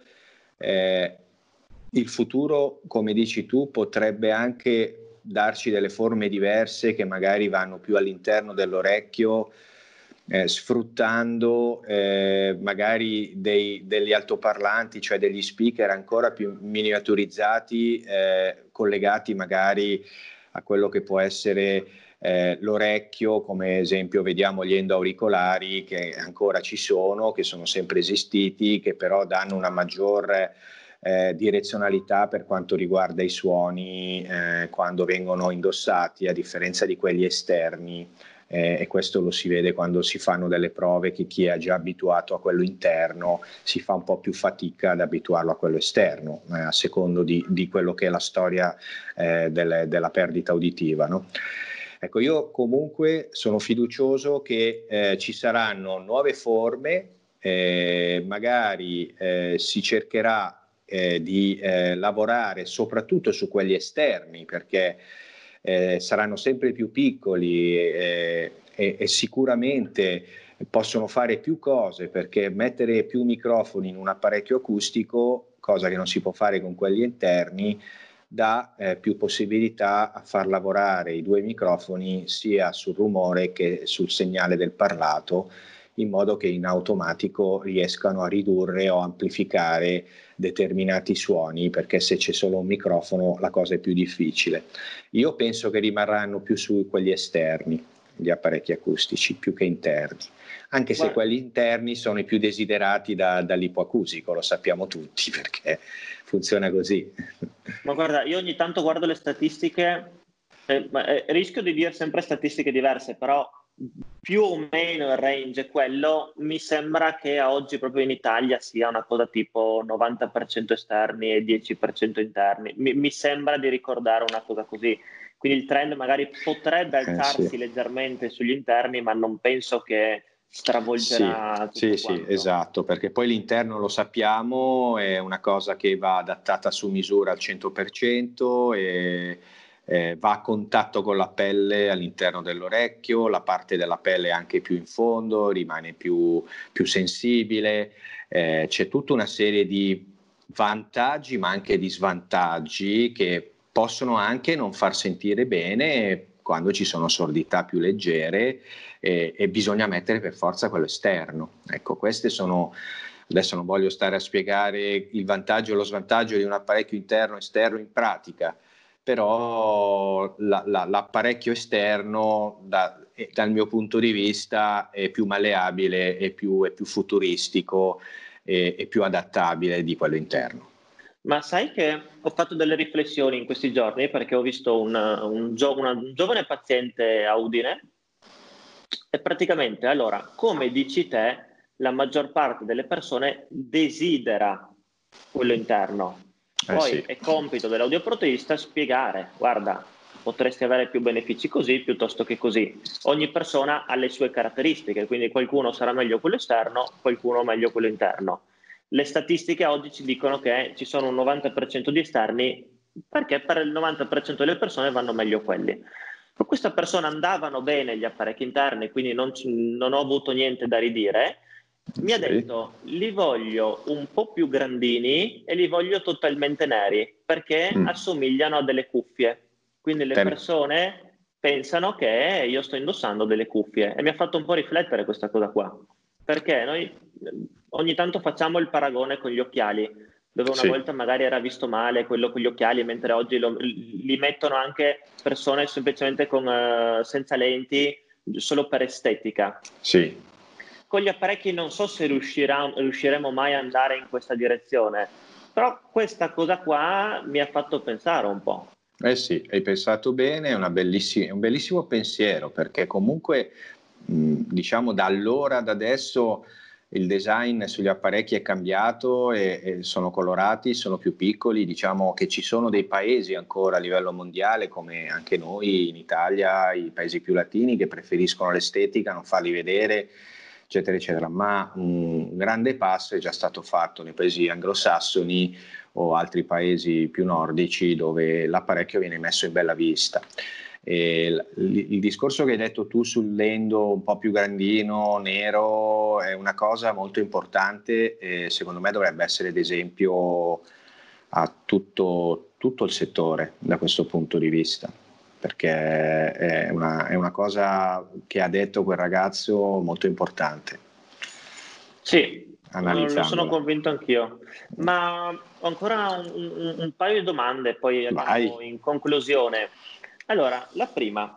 eh, il futuro, come dici tu, potrebbe anche darci delle forme diverse che magari vanno più all'interno dell'orecchio, eh, sfruttando eh, magari dei, degli altoparlanti, cioè degli speaker ancora più miniaturizzati, eh, collegati magari a quello che può essere eh, l'orecchio, come esempio vediamo gli endoauricolari che ancora ci sono, che sono sempre esistiti, che però danno una maggior Eh, direzionalità per quanto riguarda i suoni eh, quando vengono indossati, a differenza di quelli esterni, eh, e questo lo si vede quando si fanno delle prove, che chi è già abituato a quello interno si fa un po' più fatica ad abituarlo a quello esterno, eh, a secondo di, di quello che è la storia eh, delle, della perdita uditiva, no? Ecco, io comunque sono fiducioso che eh, ci saranno nuove forme, eh, magari eh, si cercherà Eh, di eh, lavorare soprattutto su quelli esterni, perché eh, saranno sempre più piccoli eh, e, e sicuramente possono fare più cose, perché mettere più microfoni in un apparecchio acustico, cosa che non si può fare con quelli interni, dà eh, più possibilità a far lavorare i due microfoni sia sul rumore che sul segnale del parlato, in modo che in automatico riescano a ridurre o amplificare determinati suoni, perché se c'è solo un microfono la cosa è più difficile. Io penso che rimarranno più su quelli esterni, gli apparecchi acustici, più che interni, anche se Guarda. quelli interni sono i più desiderati da, dall'ipoacusico, lo sappiamo tutti, perché funziona così. Ma guarda, io ogni tanto guardo le statistiche, eh, ma, eh, rischio di dire sempre statistiche diverse, però più o meno il range è quello. Mi sembra che a oggi proprio in Italia sia una cosa tipo novanta per cento esterni e dieci per cento interni. Mi, mi sembra di ricordare una cosa così. Quindi il trend magari potrebbe alzarsi eh, sì. leggermente sugli interni, ma non penso che stravolgerà sì, tutto sì, quanto. Sì, esatto, perché poi l'interno, lo sappiamo, è una cosa che va adattata su misura al cento per cento e eh, va a contatto con la pelle all'interno dell'orecchio, la parte della pelle anche più in fondo rimane più, più sensibile, eh, c'è tutta una serie di vantaggi ma anche di svantaggi che possono anche non far sentire bene quando ci sono sordità più leggere e, e bisogna mettere per forza quello esterno. Ecco, queste sono, adesso non voglio stare a spiegare il vantaggio e lo svantaggio di un apparecchio interno esterno in pratica, però la, la, l'apparecchio esterno da, dal mio punto di vista è più malleabile, è più, è più futuristico e, è più adattabile di quello interno. Ma sai che ho fatto delle riflessioni in questi giorni, perché ho visto un, un, gio- una, un giovane paziente a Udine e praticamente, allora, come dici te, la maggior parte delle persone desidera quello interno. Poi eh sì. È compito dell'audioproteista spiegare, guarda, potresti avere più benefici così piuttosto che così. Ogni persona ha le sue caratteristiche, quindi qualcuno sarà meglio quello esterno, qualcuno meglio quello interno. Le statistiche oggi ci dicono che ci sono un novanta per cento di esterni, perché per il novanta per cento delle persone vanno meglio quelli. Per questa persona andavano bene gli apparecchi interni, quindi non, non ho avuto niente da ridire. Mi ha detto, li voglio un po' più grandini e li voglio totalmente neri, perché mm. assomigliano a delle cuffie. Quindi le persone pensano che io sto indossando delle cuffie. E mi ha fatto un po' riflettere questa cosa qua. Perché noi ogni tanto facciamo il paragone con gli occhiali, dove una sì. volta magari era visto male quello con gli occhiali, mentre oggi lo, li mettono anche persone semplicemente con, uh, senza lenti, solo per estetica. Sì. Con gli apparecchi non so se riuscirà, riusciremo mai ad andare in questa direzione, però questa cosa qua mi ha fatto pensare un po'. Eh sì, hai pensato bene, è, una bellissi- è un bellissimo pensiero, perché comunque mh, diciamo da allora ad adesso il design sugli apparecchi è cambiato e, e sono colorati, sono più piccoli, diciamo che ci sono dei paesi ancora a livello mondiale come anche noi in Italia, i paesi più latini, che preferiscono l'estetica, non farli vedere, eccetera eccetera, ma un grande passo è già stato fatto nei paesi anglosassoni o altri paesi più nordici, dove l'apparecchio viene messo in bella vista. E il, il discorso che hai detto tu sul lendo un po' più grandino, nero, è una cosa molto importante e secondo me dovrebbe essere d'esempio a tutto, tutto il settore da questo punto di vista, perché è una, è una cosa che ha detto quel ragazzo molto importante. Sì, lo sono convinto anch'io, ma ho ancora un, un, un paio di domande, poi andiamo Vai. in conclusione. Allora, la prima,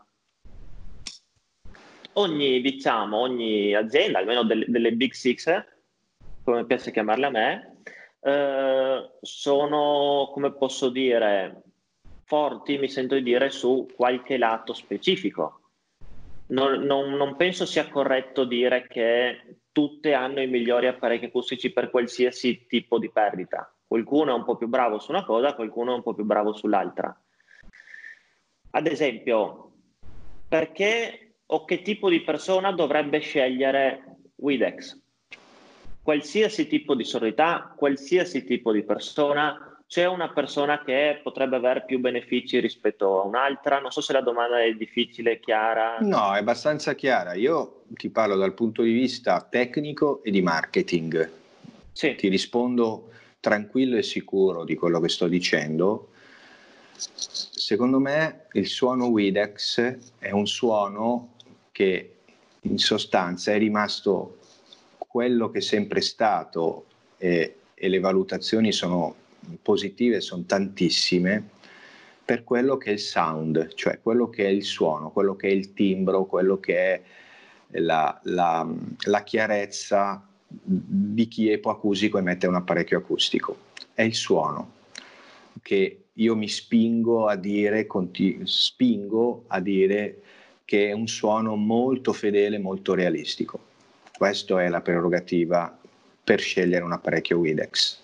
ogni, diciamo, ogni azienda, almeno delle, delle Big Six, come piace chiamarle a me, eh, sono, come posso dire, forti, mi sento di dire, su qualche lato specifico. Non, non, non penso sia corretto dire che tutte hanno i migliori apparecchi acustici per qualsiasi tipo di perdita. Qualcuno è un po' più bravo su una cosa, qualcuno è un po' più bravo sull'altra. Ad esempio, perché o che tipo di persona dovrebbe scegliere Widex? Qualsiasi tipo di sonorità, qualsiasi tipo di persona, c'è una persona che potrebbe avere più benefici rispetto a un'altra? Non so se la domanda è difficile, chiara. No, è abbastanza chiara. Io ti parlo dal punto di vista tecnico e di marketing. Sì. Ti rispondo tranquillo e sicuro di quello che sto dicendo. Secondo me il suono Widex è un suono che in sostanza è rimasto quello che è sempre stato e, e le valutazioni sono positive, sono tantissime, per quello che è il sound, cioè quello che è il suono, quello che è il timbro, quello che è la, la, la chiarezza di chi è ipoacusico e mette un apparecchio acustico. È il suono che io mi spingo a dire, continu- spingo a dire che è un suono molto fedele, molto realistico. Questa è la prerogativa per scegliere un apparecchio Widex.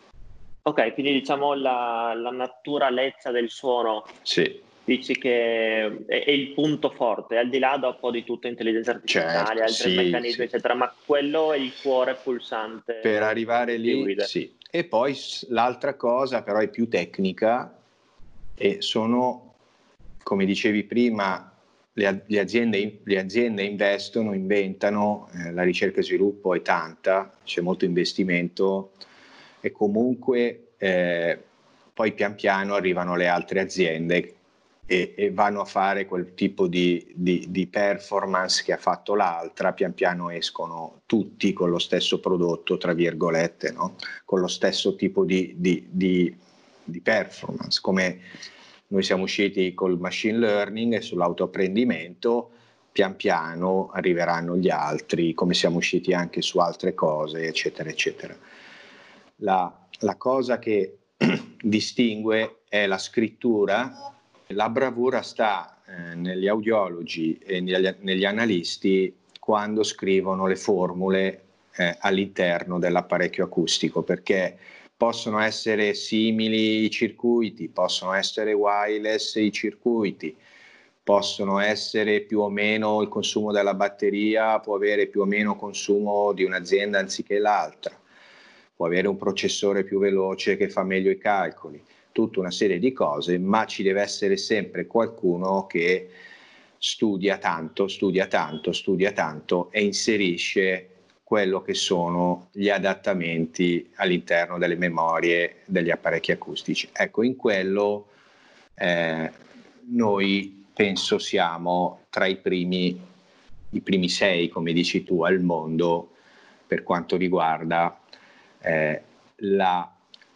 Ok, quindi diciamo la, la naturalezza del suono. Sì. Dici che è, è il punto forte, al di là dopo di tutta intelligenza artificiale, certo, altri sì, meccanismi, sì. eccetera, ma quello è il cuore pulsante. Per arrivare lì, sì. E poi l'altra cosa però è più tecnica e sono, come dicevi prima, le, le, aziende, le aziende investono, inventano, eh, la ricerca e sviluppo è tanta, c'è molto investimento e comunque eh, poi pian piano arrivano le altre aziende e, e vanno a fare quel tipo di, di, di performance che ha fatto l'altra, pian piano escono tutti con lo stesso prodotto, tra virgolette, no? Con lo stesso tipo di, di, di, di performance, come noi siamo usciti col machine learning e sull'autoapprendimento, pian piano arriveranno gli altri, come siamo usciti anche su altre cose, eccetera, eccetera. La, la cosa che distingue è la scrittura. La bravura sta eh, negli audiologi e negli, negli analisti quando scrivono le formule eh, all'interno dell'apparecchio acustico, perché possono essere simili i circuiti, possono essere wireless i circuiti, possono essere più o meno il consumo della batteria, può avere più o meno consumo di un'azienda anziché l'altra, può avere un processore più veloce che fa meglio i calcoli, tutta una serie di cose, ma ci deve essere sempre qualcuno che studia tanto, studia tanto, studia tanto e inserisce quello che sono gli adattamenti all'interno delle memorie degli apparecchi acustici. Ecco, in quello eh, noi penso siamo tra i primi, i primi sei, come dici tu, al mondo per quanto riguarda eh, la,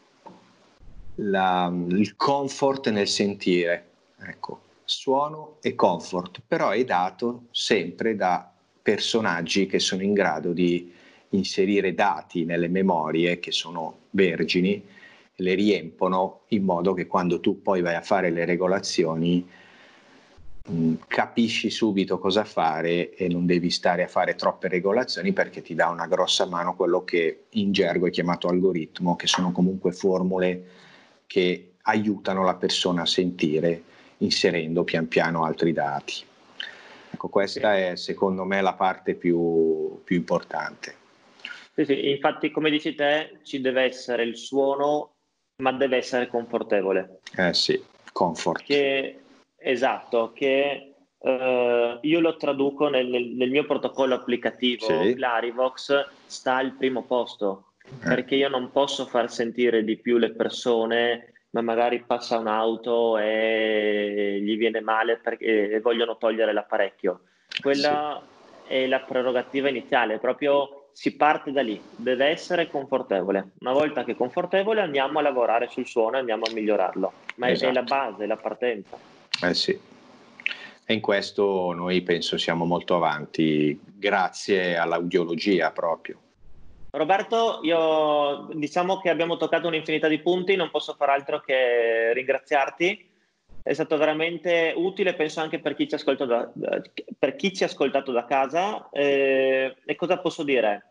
la, il comfort nel sentire. Ecco, suono e comfort, però è dato sempre da personaggi che sono in grado di inserire dati nelle memorie che sono vergini, le riempono in modo che quando tu poi vai a fare le regolazioni mh, capisci subito cosa fare e non devi stare a fare troppe regolazioni, perché ti dà una grossa mano quello che in gergo è chiamato algoritmo, che sono comunque formule che aiutano la persona a sentire inserendo pian piano altri dati. Ecco, questa sì. È secondo me la parte più, più importante. Sì, sì, infatti come dici te ci deve essere il suono, ma deve essere confortevole. Eh sì, comfort. Che, esatto, che eh, io lo traduco nel, nel, nel mio protocollo applicativo sì. Clarivox sta al primo posto, eh. perché io non posso far sentire di più le persone, ma magari passa un'auto e gli viene male perché vogliono togliere l'apparecchio. Quella sì. è la prerogativa iniziale, proprio si parte da lì, deve essere confortevole. Una volta che è confortevole andiamo a lavorare sul suono e andiamo a migliorarlo, ma esatto. è la base, è la partenza. Eh sì. E in questo noi penso siamo molto avanti, grazie all'audiologia proprio. Roberto, io diciamo che abbiamo toccato un'infinità di punti, non posso far altro che ringraziarti. È stato veramente utile, penso anche per chi ci ha ascoltato da, da, per chi ci ha ascoltato da casa. Eh, e cosa posso dire?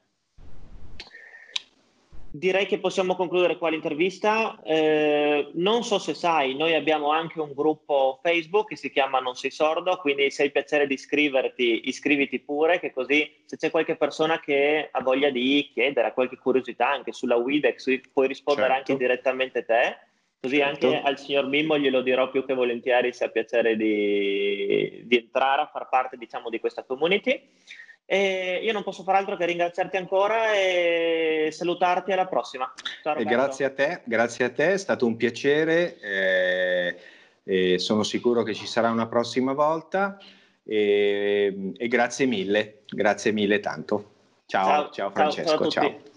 Direi che possiamo concludere qua l'intervista. Eh, non so se sai, noi abbiamo anche un gruppo Facebook che si chiama Non sei sordo, quindi se hai piacere di iscriverti, iscriviti pure, che così se c'è qualche persona che ha voglia di chiedere, ha qualche curiosità anche sulla Widex, puoi rispondere certo. anche direttamente te, così certo. anche al signor Mimmo glielo dirò più che volentieri se ha piacere di, di entrare a far parte, diciamo, di questa community. E io non posso far altro che ringraziarti ancora e salutarti. Alla prossima. Ciao, e grazie a te, grazie a te, è stato un piacere, eh, e sono sicuro che ci sarà una prossima volta e, e grazie mille, grazie mille tanto. Ciao, ciao, ciao Francesco, ciao. ciao.